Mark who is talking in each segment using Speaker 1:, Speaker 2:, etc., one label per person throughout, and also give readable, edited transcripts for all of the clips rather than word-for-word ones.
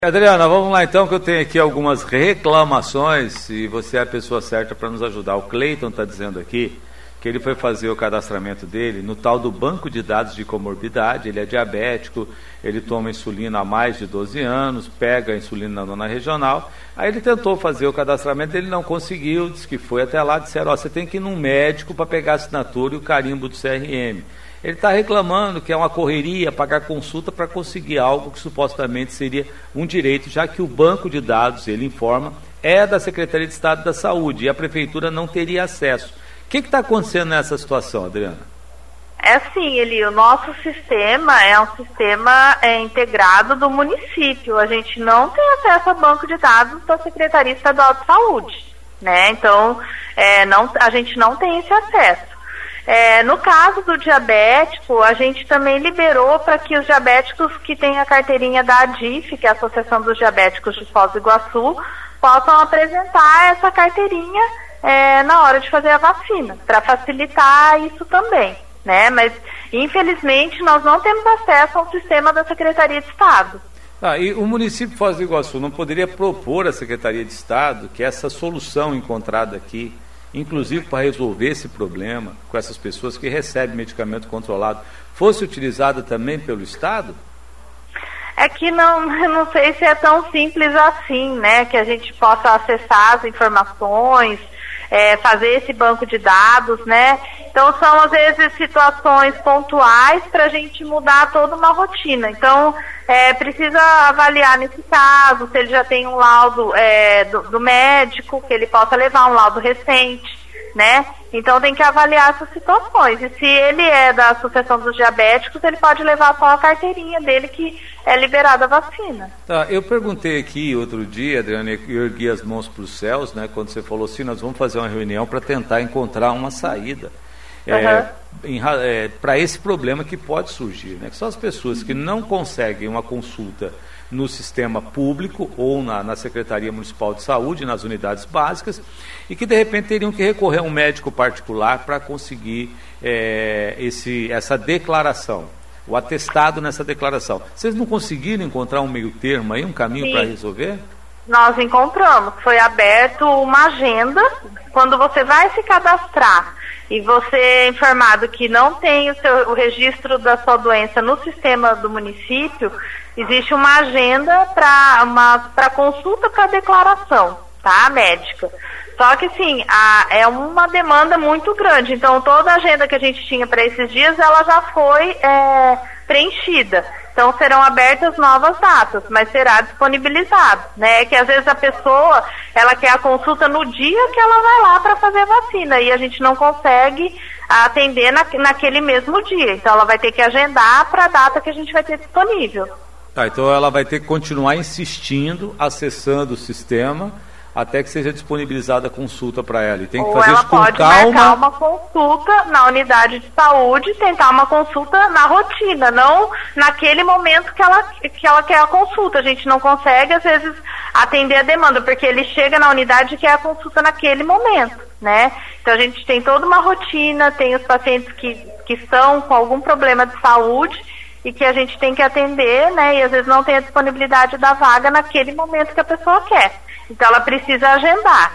Speaker 1: Adriana, vamos lá então, que eu tenho aqui algumas reclamações e você é a pessoa certa para nos ajudar. O Cleiton está dizendo aqui que ele foi fazer o cadastramento dele no tal do banco de dados de comorbidade. Ele é diabético, ele toma insulina há mais de 12 anos, pega a insulina na dona regional. Aí ele tentou fazer o cadastramento, ele não conseguiu, disse que foi até lá, disseram, você tem que ir num médico para pegar a assinatura e o carimbo do CRM. Ele está reclamando que é uma correria pagar consulta para conseguir algo que supostamente seria um direito, já que o banco de dados, ele informa, é da Secretaria de Estado da Saúde e a Prefeitura não teria acesso. O que está acontecendo nessa situação, Adriana?
Speaker 2: É assim, Eli, o nosso sistema é um sistema integrado do município. A gente não tem acesso ao banco de dados da Secretaria Estadual de Saúde, né? Então, a gente não tem esse acesso. No caso do diabético, a gente também liberou para que os diabéticos que têm a carteirinha da ADIF, que é a Associação dos Diabéticos de Foz do Iguaçu, possam apresentar essa carteirinha na hora de fazer a vacina, para facilitar isso também, né? Mas, infelizmente, nós não temos acesso ao sistema da Secretaria de Estado.
Speaker 1: E o município de Foz do Iguaçu não poderia propor à Secretaria de Estado que essa solução encontrada aqui, inclusive para resolver esse problema com essas pessoas que recebem medicamento controlado, fosse utilizada também pelo Estado?
Speaker 2: É que não sei se é tão simples assim, né, que a gente possa acessar as informações, fazer esse banco de dados, né? Então são às vezes situações pontuais para a gente mudar toda uma rotina. Então precisa avaliar nesse caso, se ele já tem um laudo do médico, que ele possa levar um laudo recente, né? Então tem que avaliar essas situações. E se ele é da Associação dos Diabéticos, ele pode levar só a carteirinha dele que é liberada a vacina.
Speaker 1: Tá, eu perguntei aqui outro dia, Adriana, eu ergui as mãos para os céus, né? Quando você falou assim, nós vamos fazer uma reunião para tentar encontrar uma saída para esse problema que pode surgir, né? Que são as pessoas que não conseguem uma consulta no sistema público ou na Secretaria Municipal de Saúde, nas unidades básicas, e que de repente teriam que recorrer a um médico particular para conseguir essa declaração, o atestado nessa declaração. Vocês não conseguiram encontrar um meio termo aí, um caminho para resolver?
Speaker 2: Nós encontramos, foi aberto uma agenda, quando você vai se cadastrar e você é informado que não tem o registro da sua doença no sistema do município, existe uma agenda para consulta para declaração, tá, médica. Só que sim, é uma demanda muito grande, então toda a agenda que a gente tinha para esses dias, ela já foi preenchida. Então serão abertas novas datas, mas será disponibilizado, né? Que às vezes a pessoa, ela quer a consulta no dia que ela vai lá para fazer a vacina e a gente não consegue atender naquele mesmo dia. Então ela vai ter que agendar para a data que a gente vai ter disponível.
Speaker 1: Tá, então ela vai ter que continuar insistindo, acessando o sistema, até que seja disponibilizada a consulta para ela. E tem que fazer isso com calma. Ou ela pode marcar
Speaker 2: uma consulta na unidade de saúde, tentar uma consulta na rotina, não naquele momento que ela quer a consulta. A gente não consegue, às vezes, atender a demanda, porque ele chega na unidade e quer a consulta naquele momento, né? Então a gente tem toda uma rotina, tem os pacientes que estão com algum problema de saúde e que a gente tem que atender, né? E às vezes não tem a disponibilidade da vaga naquele momento que a pessoa quer. Então ela precisa agendar.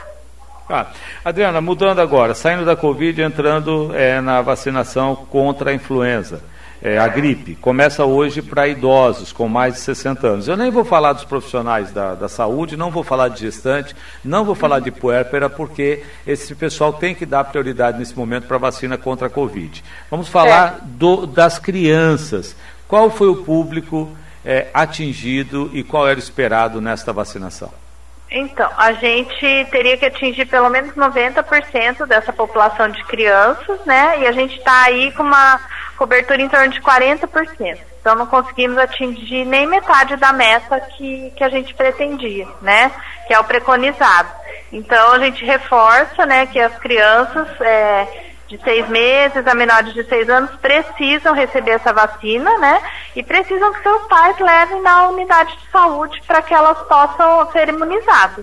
Speaker 1: Adriana, mudando agora, saindo da Covid, entrando na vacinação contra a influenza, a gripe, começa hoje para idosos com mais de 60 anos. Eu nem vou falar dos profissionais da saúde, não vou falar de gestante, não vou falar de puérpera, porque esse pessoal tem que dar prioridade nesse momento para a vacina contra a Covid. Vamos falar das crianças. Qual foi o público atingido e qual era o esperado nesta vacinação?
Speaker 2: Então, a gente teria que atingir pelo menos 90% dessa população de crianças, né? E a gente está aí com uma cobertura em torno de 40%. Então não conseguimos atingir nem metade da meta que a gente pretendia, né? Que é o preconizado. Então a gente reforça, né, que as crianças de 6 meses a menores de 6 anos precisam receber essa vacina, né? E precisam que seus pais levem na unidade de saúde para que elas possam ser imunizadas.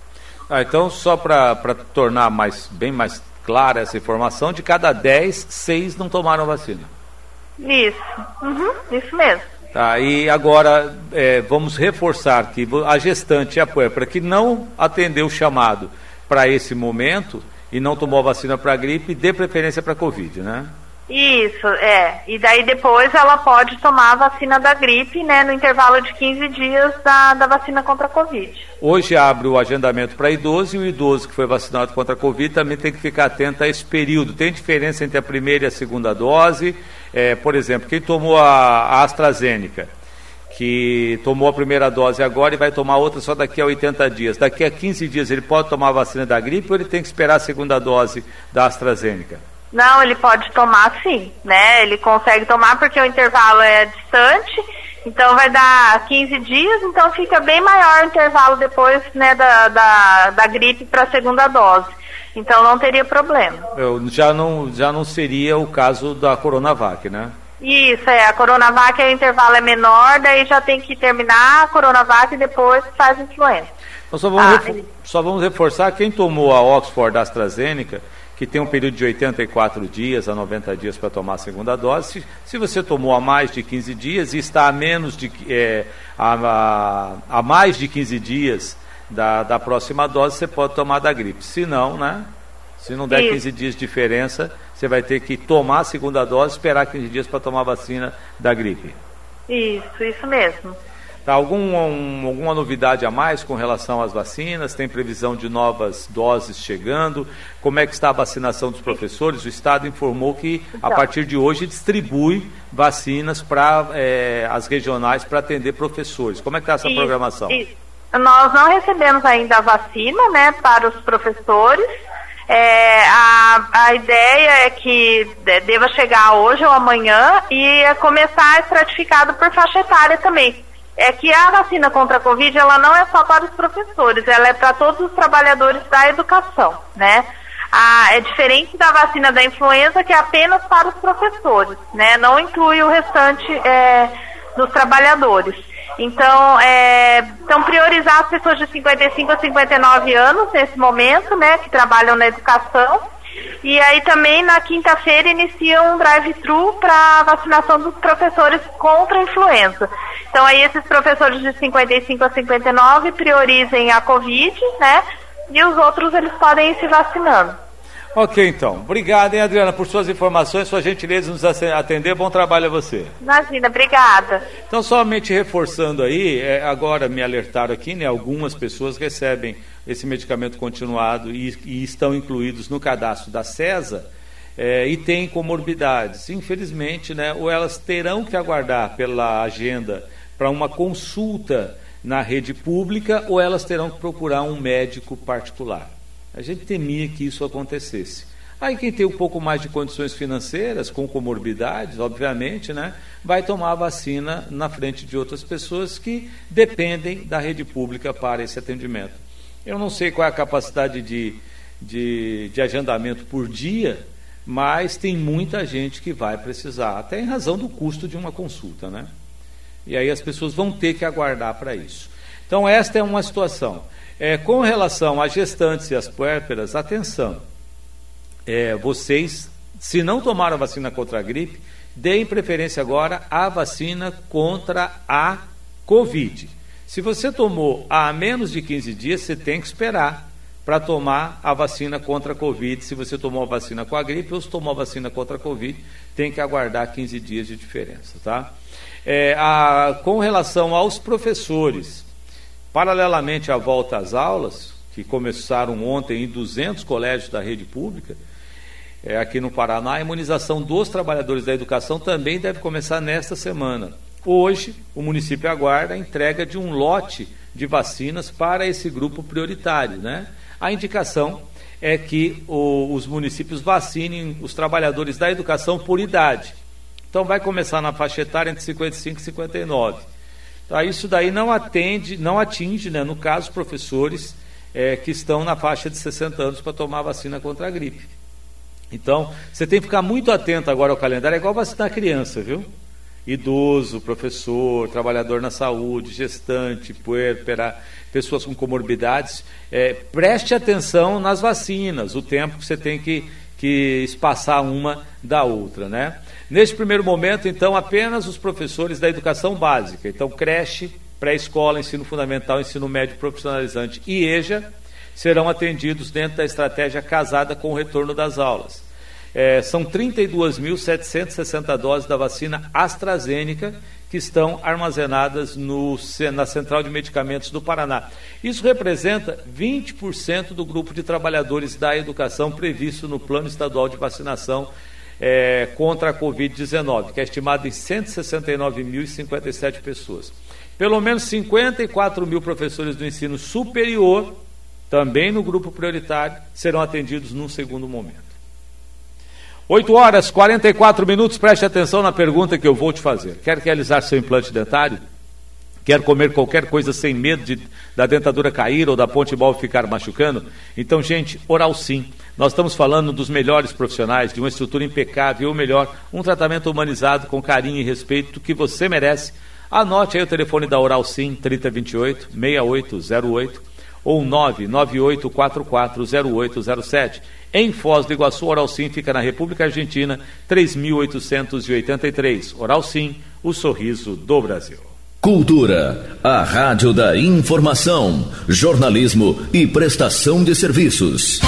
Speaker 1: Então, só para tornar bem mais clara essa informação, de cada 10, 6 não tomaram vacina.
Speaker 2: Isso, isso mesmo.
Speaker 1: Tá, e agora vamos reforçar que a gestante e a puérpera que não atendeu o chamado para esse momento e não tomou a vacina para a gripe, dê preferência para a Covid, né?
Speaker 2: Isso, e daí depois ela pode tomar a vacina da gripe, né, no intervalo de 15 dias da vacina contra a Covid.
Speaker 1: Hoje abre o agendamento para idoso e o idoso que foi vacinado contra a Covid também tem que ficar atento a esse período. Tem diferença entre a primeira e a segunda dose? Por exemplo, quem tomou a AstraZeneca, que tomou a primeira dose agora e vai tomar outra só daqui a 80 dias. Daqui a 15 dias ele pode tomar a vacina da gripe ou ele tem que esperar a segunda dose da AstraZeneca?
Speaker 2: Não, ele pode tomar sim, né? Ele consegue tomar porque o intervalo é distante, então vai dar 15 dias, então fica bem maior o intervalo depois, né, da gripe para a segunda dose. Então não teria problema.
Speaker 1: Já não seria o caso da Coronavac, né?
Speaker 2: Isso, a Coronavac o intervalo é menor, daí já tem que terminar a Coronavac e depois faz influenza.
Speaker 1: Então só vamos reforçar, quem tomou a Oxford AstraZeneca, que tem um período de 84 dias a 90 dias para tomar a segunda dose, se você tomou há mais de 15 dias e está a mais de 15 dias da próxima dose, você pode tomar da gripe. Se não, né? Se não der 15 dias de diferença, você vai ter que tomar a segunda dose e esperar 15 dias para tomar a vacina da gripe.
Speaker 2: Isso mesmo.
Speaker 1: Tá, alguma novidade a mais com relação às vacinas? Tem previsão de novas doses chegando? Como é que está a vacinação dos professores? O Estado informou que a partir de hoje distribui vacinas para as regionais para atender professores. Como é que está essa programação?
Speaker 2: Nós não recebemos ainda a vacina, né, para os professores. A ideia é que deva chegar hoje ou amanhã e começar estratificado por faixa etária também. É que a vacina contra a Covid, ela não é só para os professores, ela é para todos os trabalhadores da educação, né? É diferente da vacina da influenza, que é apenas para os professores, né? Não inclui o restante dos trabalhadores. Então, priorizar as pessoas de 55 a 59 anos nesse momento, né, que trabalham na educação. E aí também na quinta-feira inicia um drive-thru para vacinação dos professores contra a influenza. Então aí esses professores de 55 a 59 priorizem a Covid, né? E os outros eles podem ir se vacinando.
Speaker 1: Ok, então. Obrigado, hein, Adriana, por suas informações, sua gentileza de nos atender. Bom trabalho a você.
Speaker 2: Imagina, obrigada.
Speaker 1: Então, somente reforçando aí, agora me alertaram aqui, né, algumas pessoas recebem esse medicamento continuado e estão incluídos no cadastro da CESA e têm comorbidades. Infelizmente, né, ou elas terão que aguardar pela agenda para uma consulta na rede pública ou elas terão que procurar um médico particular. A gente temia que isso acontecesse. Aí quem tem um pouco mais de condições financeiras, com comorbidades, obviamente, né, vai tomar a vacina na frente de outras pessoas que dependem da rede pública para esse atendimento. Eu não sei qual é a capacidade de agendamento por dia, mas tem muita gente que vai precisar, até em razão do custo de uma consulta, né? E aí as pessoas vão ter que aguardar para isso. Então esta é uma situação. Com relação às gestantes e às puérperas, atenção, vocês, se não tomaram a vacina contra a gripe, deem preferência agora à vacina contra a Covid. Se você tomou há menos de 15 dias, você tem que esperar para tomar a vacina contra a Covid. Se você tomou a vacina com a gripe ou se tomou a vacina contra a Covid, tem que aguardar 15 dias de diferença, tá? Com relação aos professores, paralelamente à volta às aulas, que começaram ontem em 200 colégios da rede pública, aqui no Paraná, a imunização dos trabalhadores da educação também deve começar nesta semana. Hoje, o município aguarda a entrega de um lote de vacinas para esse grupo prioritário, né? A indicação é que os municípios vacinem os trabalhadores da educação por idade. Então, vai começar na faixa etária entre 55 e 59. Tá, isso daí não atinge, né, no caso, professores que estão na faixa de 60 anos para tomar a vacina contra a gripe. Então, você tem que ficar muito atento agora ao calendário, é igual vacinar criança, viu? Idoso, professor, trabalhador na saúde, gestante, puérpera, pessoas com comorbidades, preste atenção nas vacinas, o tempo que você tem que espaçar uma da outra, né? Neste primeiro momento, então, apenas os professores da educação básica, então creche, pré-escola, ensino fundamental, ensino médio profissionalizante e EJA, serão atendidos dentro da estratégia casada com o retorno das aulas. São 32.760 doses da vacina AstraZeneca que estão armazenadas na Central de Medicamentos do Paraná. Isso representa 20% do grupo de trabalhadores da educação previsto no Plano Estadual de Vacinação contra a Covid-19, que é estimado em 169.057 pessoas. Pelo menos 54 mil professores do ensino superior, também no grupo prioritário, serão atendidos num segundo momento. 8h44, preste atenção na pergunta que eu vou te fazer. Quer realizar seu implante dentário? Quer comer qualquer coisa sem medo da dentadura cair ou da ponte móvel ficar machucando? Então, gente, Oral Sim. Nós estamos falando dos melhores profissionais, de uma estrutura impecável, ou melhor, um tratamento humanizado com carinho e respeito que você merece. Anote aí o telefone da Oral Sim, 3028-6808 ou 998440807. Em Foz do Iguaçu, Oral Sim fica na República Argentina, 3.883. Oral Sim, o sorriso do Brasil.
Speaker 3: Cultura, a rádio da informação, jornalismo e prestação de serviços.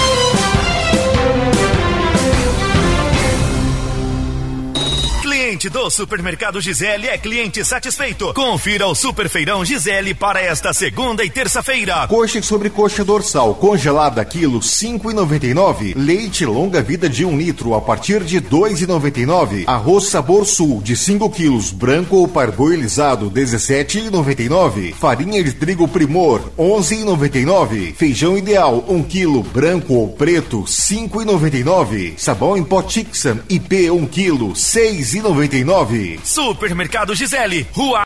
Speaker 4: Cliente do Supermercado Gisele é cliente satisfeito. Confira o Super Feirão Gisele para esta segunda e terça-feira.
Speaker 5: Coxa e sobrecoxa dorsal congelada quilo 5,99. Leite longa vida de 1 litro a partir de 2,99. Arroz Sabor Sul de 5 quilos branco ou parboilizado 17,99. Farinha de trigo Primor 11,99. Feijão Ideal 1 quilo branco ou preto 5,99. Sabão em pó Tixan IP 1 quilo 6,99.
Speaker 4: Supermercado Gisele, Rua